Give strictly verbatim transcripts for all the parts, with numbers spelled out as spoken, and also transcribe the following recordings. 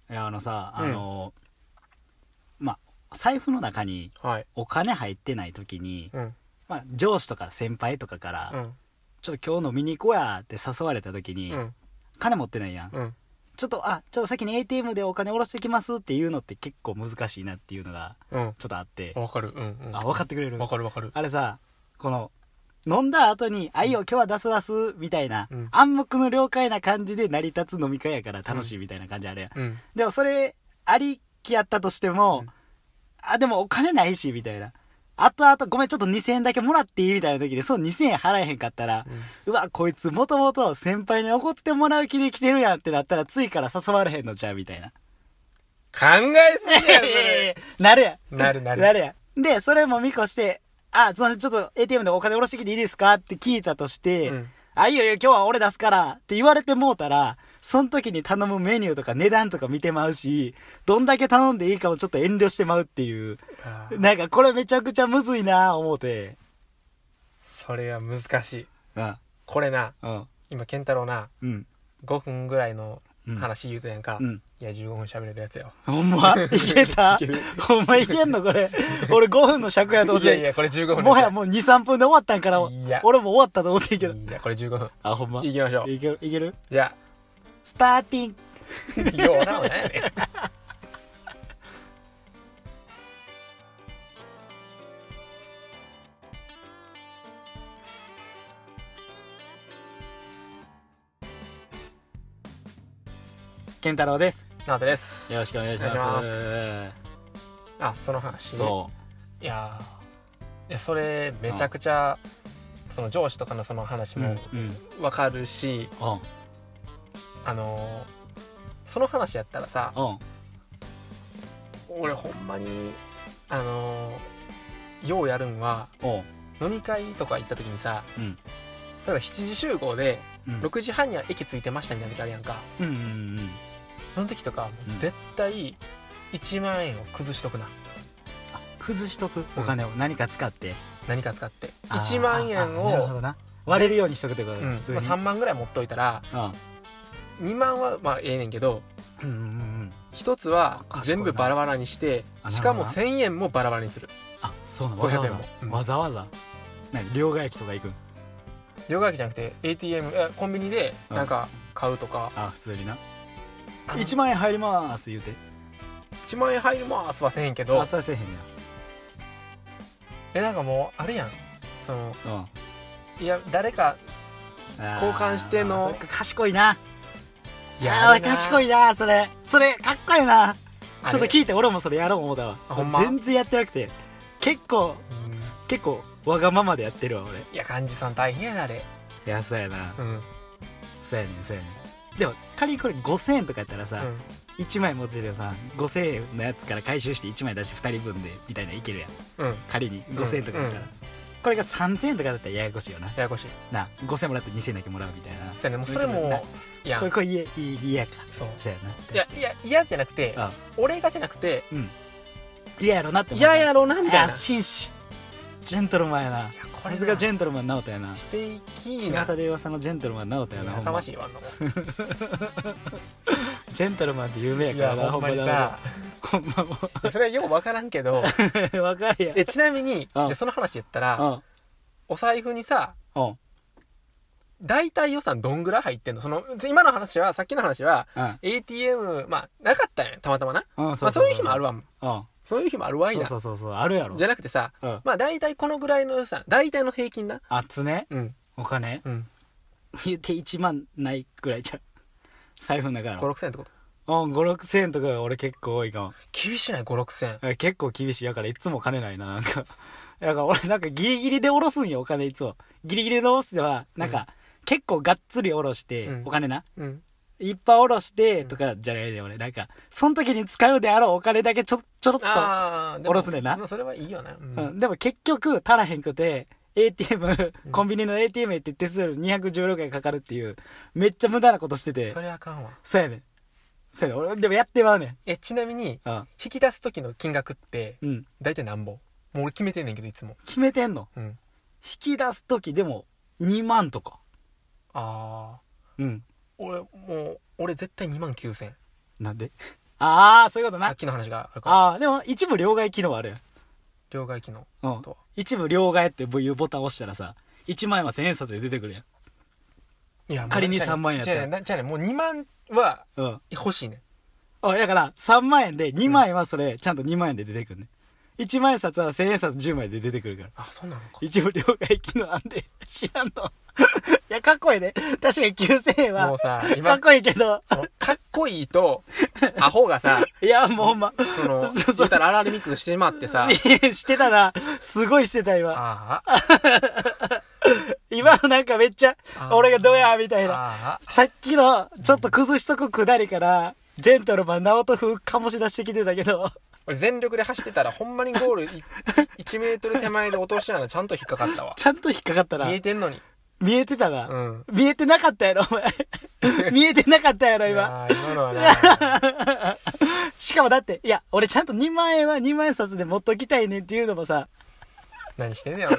いやあのさあの、うん、まあ財布の中にお金入ってない時に、はい、まあ、上司とか先輩とかから、うん、ちょっと今日飲みに行こうやって誘われた時に、うん、金持ってないやん、うん、ちょっとあちょっと先に エーティーエム でお金下ろしてきますっていうのって結構難しいなっていうのがちょっとあって、 わ、うん、かる、うんうん、 あ分かってくれる、 わかるわかる。 あれさこの飲んだ後にあいよ今日は出す出すみたいな、うん、暗黙の了解な感じで成り立つ飲み会やから楽しいみたいな感じあれや、うん、でもそれありきやったとしても、うん、あでもお金ないしみたいな、あとあとごめんちょっとにせんえんだけもらっていいみたいな時にそうにせんえん払えへんかったら、うん、うわこいつもともと先輩におごってもらう気で来てるやんってなったらついから誘われへんのちゃうみたいな考えすぎやんそれなるやんなるなるなるやんでそれも見越してあ、すいません、ちょっと エーティーエム でお金下ろしてきていいですかって聞いたとして、うん、あ、いいよいいよ、今日は俺出すからって言われてもうたら、その時に頼むメニューとか値段とか見てまうし、どんだけ頼んでいいかもちょっと遠慮してまうっていう。なんかこれめちゃくちゃむずいなぁ思うて。 それは難しい。うん。これな、うん、今、健太郎な、うん、ごふんぐらいの話言うとやんか、うん、いやじゅうごふん喋れるやつよ。 ほんまいけたいけるほんまいけんのこれ俺ごふんの尺やと思って。 いやいやこれじゅうごふんもはやもう にさんぷんで終わったんからいや俺も終わったと思っていけどいやこれじゅうごふんあほんまいきましょう。 いけるいけるじゃあスターティングようわからんわね健太郎です。 直人です。 よろしくお願いします。 あ、その話、ね、 そういやいやそれめちゃくちゃ、うん、その上司とかのその話も分かるし、うん、あのその話やったらさ、うん、俺ほんまにあのようやるんは、うん、飲み会とか行った時にさ、うん、例えばしちじ集合で、うん、ろくじはんには駅着いてましたみたいな時あるやんか、うんうんうん、その時とかもう絶対いちまんえんを崩しとくな、うん、 あ崩しとくお金を、うん、何か使って何か使っていちまんえんをなるほどな割れるようにしとくってこと、うん、普通に、 まあ、さんまんぐらい持っといたら、うん、にまんはまあええねんけど、うんうんうん、ひとつは全部バラバラにしてしかもせんえんもバラバラにする。 あそうなのわざわざ、うん、わざわざ何両替機とか行くん？ 両替機じゃなくて エーティーエム コンビニでなんか買うとか、 うん、あ普通にないちまんえん入りまーす言うていちまんえん入りまーすはせへんけどあそれせへんやえなんかもうあるやんその、うん、いや誰か交換しての賢いないやー賢いなそれそれかっこいいなちょっと聞いて俺もそれやろう思うたわほんま全然やってなくて結構、うん、結構わがままでやってるわ俺。 いや幹事さん大変やなあれ。 いやそうやな、うん、そうやねんそうやねん。でも仮にこれごせんえんとかやったらさ、うん、いちまい持ってるよさごせんえんのやつから回収していちまい出してふたりぶんでみたいないけるやん、うん、仮にごせんえんとかやったら、うんうん、これがさんぜんえんとかだったらややこしいよな。 ややこしいな。 ごせんえんもらってにせんえんだけもらうみたいな。 そうやねもうそれもいやこれこれ嫌嫌か。そうそうやな。 いやいや嫌じゃなくて俺がじゃなくて嫌、うん、やろなって嫌やろなみたいな。 紳士ジェントルマンやな。さすがジェントルマン直人やな。 していきな巷で噂のジェントルマン直人やな。 やかましいわあんなもんジェントルマンって有名やからな。 ほんまにさほんまもうそれはよう分からんけど分かるやん。 えちなみにじゃその話言ったらお財布にさ大体予算どんぐらい入ってんの？その今の話はさっきの話は エーティーエム まあなかったんやたまたまな。まあそういう日もあるわもん。そういう日もあるわいな。 そうそうそうあるやろ。 じゃなくてさ、うん、まあ大体このぐらいのさ大体の平均なあつね、うん、お金、うん、言っていちまんないぐらいじゃん財布の中のご、ろくせんってこと？ うん、ご、ろくせんとかが俺結構多いかも。 厳しいないご、ろくせん結構厳しいやからいつも金ないななんかだから俺なんかギリギリで下ろすんよお金いつもギリギリで下ろすではなんか、うん、結構がっつり下ろして、うん、お金な、うんいっぱい下ろしてとかじゃないで俺なんかその時に使うであろうお金だけちょちょろっと下ろすねんな。 それはいいよね、 うんうん、でも結局足らへんくて エーティーエム、うん、コンビニの エーティーエム って手数料にひゃくじゅうろくえんかかるっていうめっちゃ無駄なことしてて。 それあかんわ。 そうやねんそうやねん俺でもやってまうねん。 えちなみに引き出す時の金額って大体何本？もう俺決めてんねんけどいつも決めてんの、うん、引き出す時でもにまんとか。 ああうん俺もう俺絶対にまんきゅうせん。 なんで？ ああ、そういうことな。 さっきの話があるから。 ああ、でも一部両替機能あるやん。 両替機能うんとは。 一部両替っていうボタン押したらさ、いちまん円は千円札で出てくるやん。 いや、 仮にさんまん円やったら。 じゃあね、じゃあね、もうにまんはうん。 欲しいねん。 あ、だからさんまん円でにまん円はそれ、ちゃんとにまん円で出てくるね。いちまん円札は千円札じゅうまいで出てくるから。 あ、そうなのか。 一部両替機能あんで、知らんと。いや、かっこいいね。確かにきゅうせんえんは。 もうさ、 今。かっこいいけど。 かっこいいと、アホがさ、 いや、もうほんま。 その、そうそう言ったらアラレミックスしてまってさ。 してたな。すごいしてた、今。 ああ。 今のなんかめっちゃ、俺がどうやみたいな。さっきの、ちょっと崩しとくくだりから、ジェントルマン、ナオト風醸し出してきてたけど。 俺全力で走ってたらほんまにゴールいちメートル手前で落とし穴ちゃんと引っかかったわ。 ちゃんと引っかかったな。 見えてんのに。 見えてたな。 うん。 見えてなかったやろ、お前。見えてなかったやろ、今。 いや今のはな。 しかもだって、いや、俺ちゃんとにまん円はにまん円札で持っときたいねんっていうのもさ。 何してんねん、俺。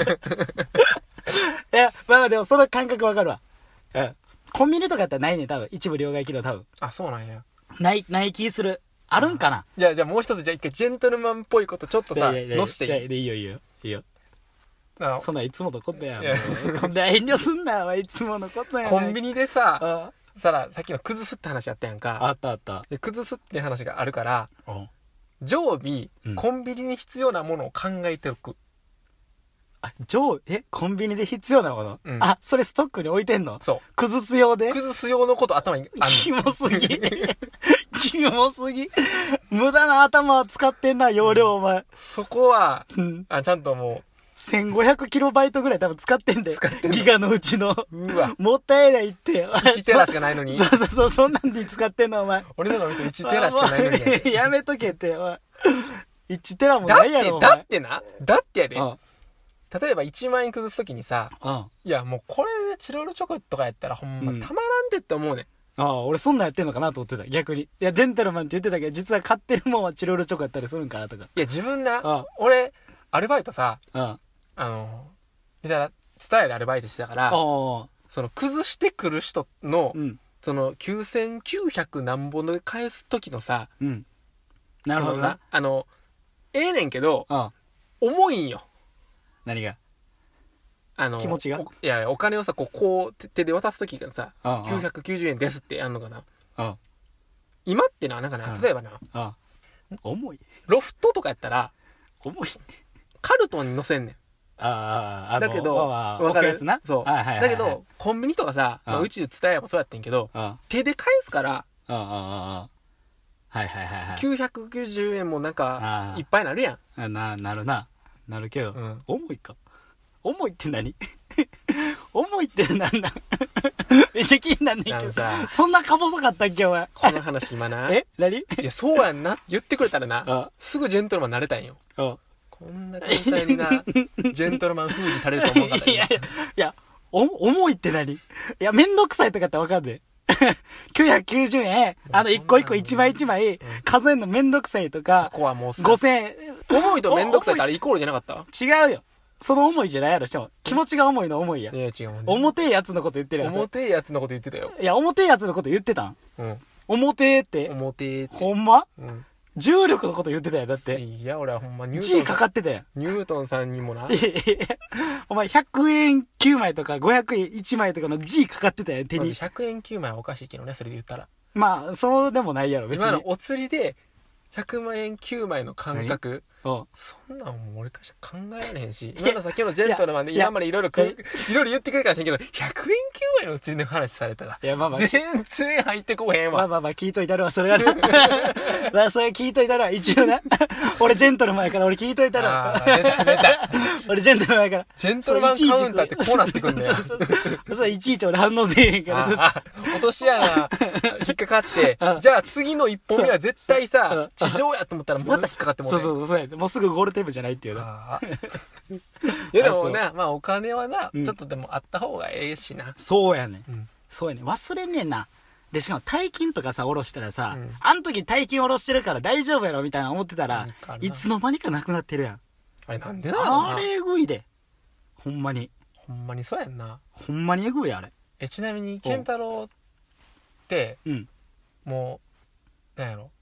いや、まあでもその感覚わかるわ。うん。コンビニとかやったらないねん、多分。一部両替機能多分。 あ、そうなんや。 ない、ない気する。あるんかな。 じゃあ、じゃあもう一つ、じゃあ一回ジェントルマンっぽいことちょっとさ、のしていい？ いやいや、いいよいいよ。いいよ。そんなんいつものことやん。こんな遠慮すんなよ、いつものことやん。 コンビニでさ、 あさら、さっきの崩すって話あったやんか。 あったあった。 で、崩すって話があるから、 うん、 常備、 うん、 コンビニに必要なものを考えておく。 あ、常、え、コンビニで必要なもの、うん、あ、それストックに置いてんの？ そう。 崩す用で？ 崩す用のこと頭にあんの。 キモすぎ。キモすぎ。無駄な頭を使ってんな、容量、お前。 そこは、 うん、 あ、ちゃんともう、 せんごひゃくキロバイトぐらい多分使ってんで。 使ってんの。 ギガのうちの。 うわ。 もったいないって。 いちテラしかないのに。 そうそうそう、そんなんで使ってんの、お前。 俺の脳みそいちテラしかないのに、 ね。やめとけって、お前。いちテラもないやろ、 だって、だってな。だってやで。 うん、 例えばいちまん円崩すときにさ、 うん、 いやもうこれでチロルチョコとかやったらほんまたまらんでって思うねん。 ああ、俺そんなんやってんのかなと思ってた、逆に。いや、ジェントルマンって言ってたけど、実は買ってるもんはチロルチョコやったりするんかなとか。 いや、自分な、 ああ俺、アルバイトさ、 ああの、みたいな、スタイルでアルバイトしてたから、その、崩してくる人の、うん、その、きゅうせんきゅうひゃく何本で返す時のさ、 うん。なるほどな。 あの、ええねんけど、 ああ重いんよ。 何が？ あの、 気持ちが？ いや、お金をさ、こう、こう、手で渡す時がさ、 ああきゅうひゃくきゅうじゅうえんですってやんのかな。 ああ今ってな、なんかな、例えばな、 ああ重い。 ロフトとかやったら、 重い。 カルトンに乗せんねん。 ああ、 だけど、 わかるやつな。 そう。 はいはいはいはい、 だけど、コンビニとかさ、まあ、うちで伝えばそうやってんけど、手で返すから、 ああ、ああ、はいはいはいはい。 きゅうひゃくきゅうじゅうえんもなんか、いっぱいなるやん。 あな、なるな。なるけど、うん、重いか。重いって何重いってなんだめっちゃ気になんねんけど。そんなか細かったっけお前。 この話今な。 え何？いや、そうやんなって言ってくれたらな、すぐジェントルマンなれたんよ。こんな簡単にな、ジェントルマン封じされると思うかった。 いやいや、いや、お、重いって何？いや、めんどくさいとかってわかんねえ。きゅうひゃくきゅうじゅうえん、あの一個一個一枚一枚数えるのめんどくさいとか、 そこはもうごせんえん。 重いとめんどくさいってあれイコールじゃなかった？ 違うよ。その重いじゃないやろ、しかも。気持ちが重いの重いや。 いや違うもんね。 重てえやつのこと言ってるやつ。 重てえやつのこと言ってたよ。 いや、重てえやつのこと言ってたん？うん。重てえって。 重てえって。 ほんま？うん。重力のこと言ってたよ、だって。 いや、俺はほんまニュートン。G かかってたやん。 ニュートンさんにもな。 いやいやお前ひゃくえんきゅうまいとかごひゃくえんいちまいとかの G かかってたやん、手に。 ひゃくえんきゅうまいはおかしいけどね、それで言ったら。 まあ、そうでもないやろ、別に。 今のお釣りで、ひゃくまんえんきゅうまいの感覚、そんなんもう俺からしたら考えられへんし、今の先ほどジェントルマンで今までいろいろいろいろ言ってくれたかもしれんけど、ひゃくえんきゅうまいのお釣りの話されたら、いやまあまあ全然入ってこへんわ。 まあまあまあ聞いといたるわ、それはな。まあそれ聞いといたるわ、一応な。俺ジェントルマンやから俺聞いといたるわ。 ああ、出た出た。 俺ジェントルマンやから。 ジェントルマンカウンターってこうなってくんだよ。 それいちいち俺反応せえへんから。 ああ、落とし穴引っかかって、じゃあ次の一本目は絶対さ、地上やと思ったらまた引っかかってもそうそうそう、もうすぐゴールテープじゃないっていうな。 いやでもね、まあお金はな、ちょっとでもあった方がええしな。 そうやね。そうやね。忘れんねんな。で、しかも大金とかさ、下ろしたらさ、あん時大金下ろしてるから大丈夫やろみたいな思ってたら、いつの間にかなくなってるやん。 あれなんでなの？ あれえぐいで。ほんまに。 ほんまにそうやんな。 ほんまにえぐいあれ。 え、ちなみに、健太郎って、もう、なんやろ。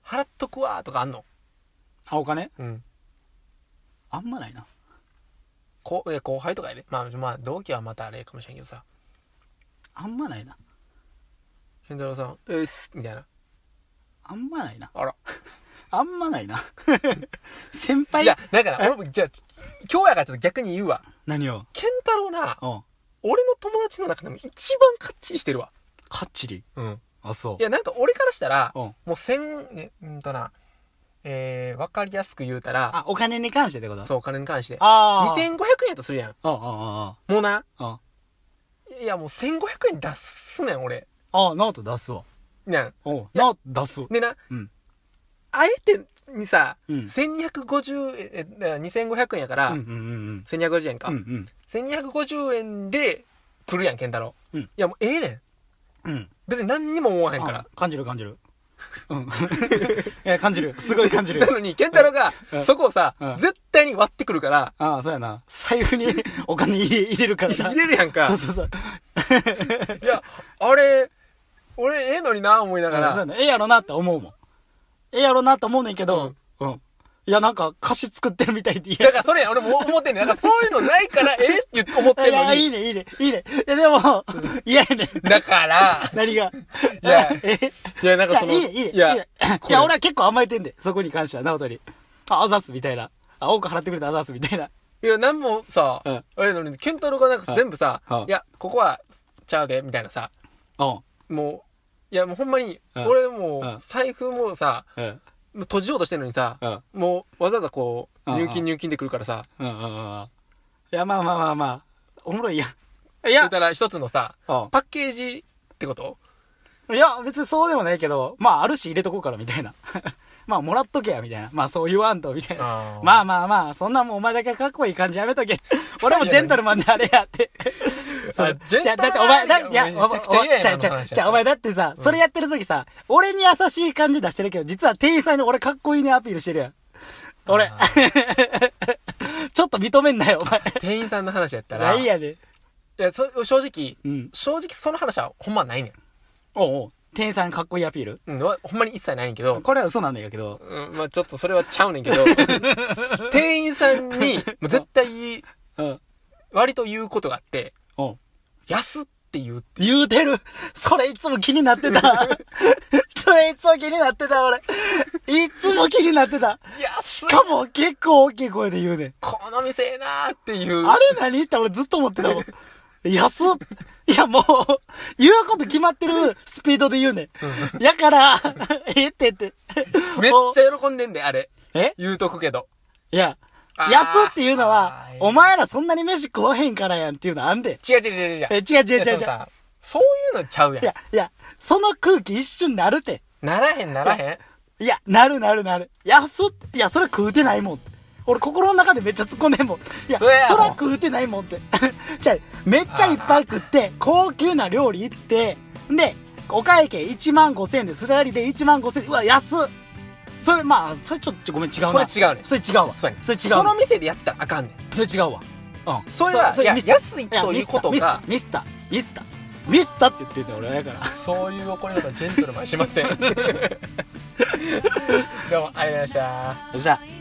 払っとくわとかあんの？ あ、お金うんあんまないな。 こいや後輩とかやで、まあまあ同期はまたあれかもしれんけどさ、 あんまないな。 健太郎さんうっすみたいな、 あんまないな。 あらあんまないな。先輩。 いやだから俺もじゃあ今日やからちょっと逆に言うわ。 何を？ 健太郎な、 うん。 俺の友達の中でも一番かっちりしてるわ。 かっちり。 うん。 あ、そう。 いやなんか俺からしたら、 うん、 もう千えうんとなえー、分かりやすく言うたら、 あ、お金に関してってこと？ そうお金に関してああ。 にせんごひゃくえんやとするやん。 ああ、ああ、 もうな、 あいやもうせんごひゃくえん出すねん俺。 あ。ああ、ノート出すわ。 なんおう、ノート出す。 でな、 うん。 あえてにさ、 うん、 せんにひゃくごじゅうえん、にせんごひゃくえんやから、 うんうんうん、 せんにひゃくごじゅうえんか、 うんうん、 せんにひゃくごじゅうえんで来るやん健太郎、 うん、 いやもうええねん、 うん、 別に何にも思わへんから。 感じる感じる。うん。いや、感じる。すごい感じる。 なのに健太郎がそこをさ、 うん、 絶対に割ってくるから。 ああ、そうやな。財布にお金入れ入れるからな。 入れるやんか。 そうそうそう。 いや、あれ、俺ええのにな思いながら。 そうやな。ええやろなって思うもん。ええやろなって思うねんけど、うん。うん、いや、なんか、歌詞作ってるみたいで嫌。 だからそれ、俺も思ってんねん。なんかそういうのないから、ええって思ってんのに。いや、いいね、いいね、いいね。いや、でも、嫌やねん。 だから、 何が。 いや、 えいや、なんかその、 いや、いいね、いいね。いいや、 いや、いや俺は結構甘えてんで、そこに関しては、直人に。あ、あざす、みたいな。あ、多く払ってくれたあざす、みたいな。 いや、なんもさ、 うん、 あれなのに、ケンタロウがなんか全部さ、 うん、 いや、ここは、ちゃうで、みたいなさ、 うん。 もう、いや、もうほんまに、 うん、 俺もう、 うん、 財布もさ、 うん、 閉じようとしてるのにさ、 うん、 もう、わざわざこう、入金うん、 入金でくるからさ、 うん、うん、うん。いや、まあまあまあまあ、おもろいやん。い言や、 ったら一つのさ、 うん、 パッケージってこと？ いや、別にそうでもないけど、まあ、あるし入れとこうから、みたいな。まあ、もらっとけや、みたいな。まあ、そう言わんと、みたいな。まあまあまあ、そんなもんお前だけかっこいい感じやめとけ。俺もジェントルマンであれやって。 そう、ジェントルマンだってお前、だ、いや、 めちゃくちゃ嫌やなちゃちゃちゃ、お前だってさ、それやってる時さ、俺に優しい感じ出してるけど、実は店員さんに俺かっこいいねアピールしてるやん。俺。ちょっと認めんなよ、お前。 店員さんの話やったら。 いや、いいやで。 いや、そ、正直、 うん、 正直その話はほんまないねん。 おうおう。店員さんかっこいいアピール？ うん、ほんまに一切ないねんけど。 これは嘘なんだけど。 うん、まあちょっとそれはちゃうねんけど。店員さんに、もう絶対、うん、割と言うことがあって、 うん。 安って言う。 言うてる。それいつも気になってた。それいつも気になってた、俺。いつも気になってた。いや、しかも結構大きい声で言うねん。 この店ええなーっていう。 あれ何って俺ずっと思ってたもん。安っ。いや、もう、言うこと決まってるスピードで言うねん。やから、ええってって。 めっちゃ喜んでんで、あれ。え言うとくけど。 いや、安っていうのは、お前らそんなに飯食わへんからやんっていうのあんで。 違う違う違う違う。 え、違う違う違う違う。 そういうのちゃうやん。 いや、いや、その空気一瞬なるて。 ならへんならへん。いや、なるなるなる。安っ、いや、それ食うてないもん。俺心の中でめっちゃ突っ込んでんもん。いや、そら食うてないもんって。じゃあ、めっちゃいっぱい食って、高級な料理行って、で、お会計いちまんごせんえんです。二人でいちまんごせんえん。うわ、安っ。それ、まあ、それちょっとごめん違うな。 それ違うねん。 それ違うわ。 それ違う。 その店でやったらあかんねん。 それ違うわ。うん。 それは、いや、安いということが。 ミスター、ミスター、ミスターって言ってんだよ、俺。だから。 そういう怒り方、ジェントルマンしません。どうも、ありがとうございました。 よっしゃ。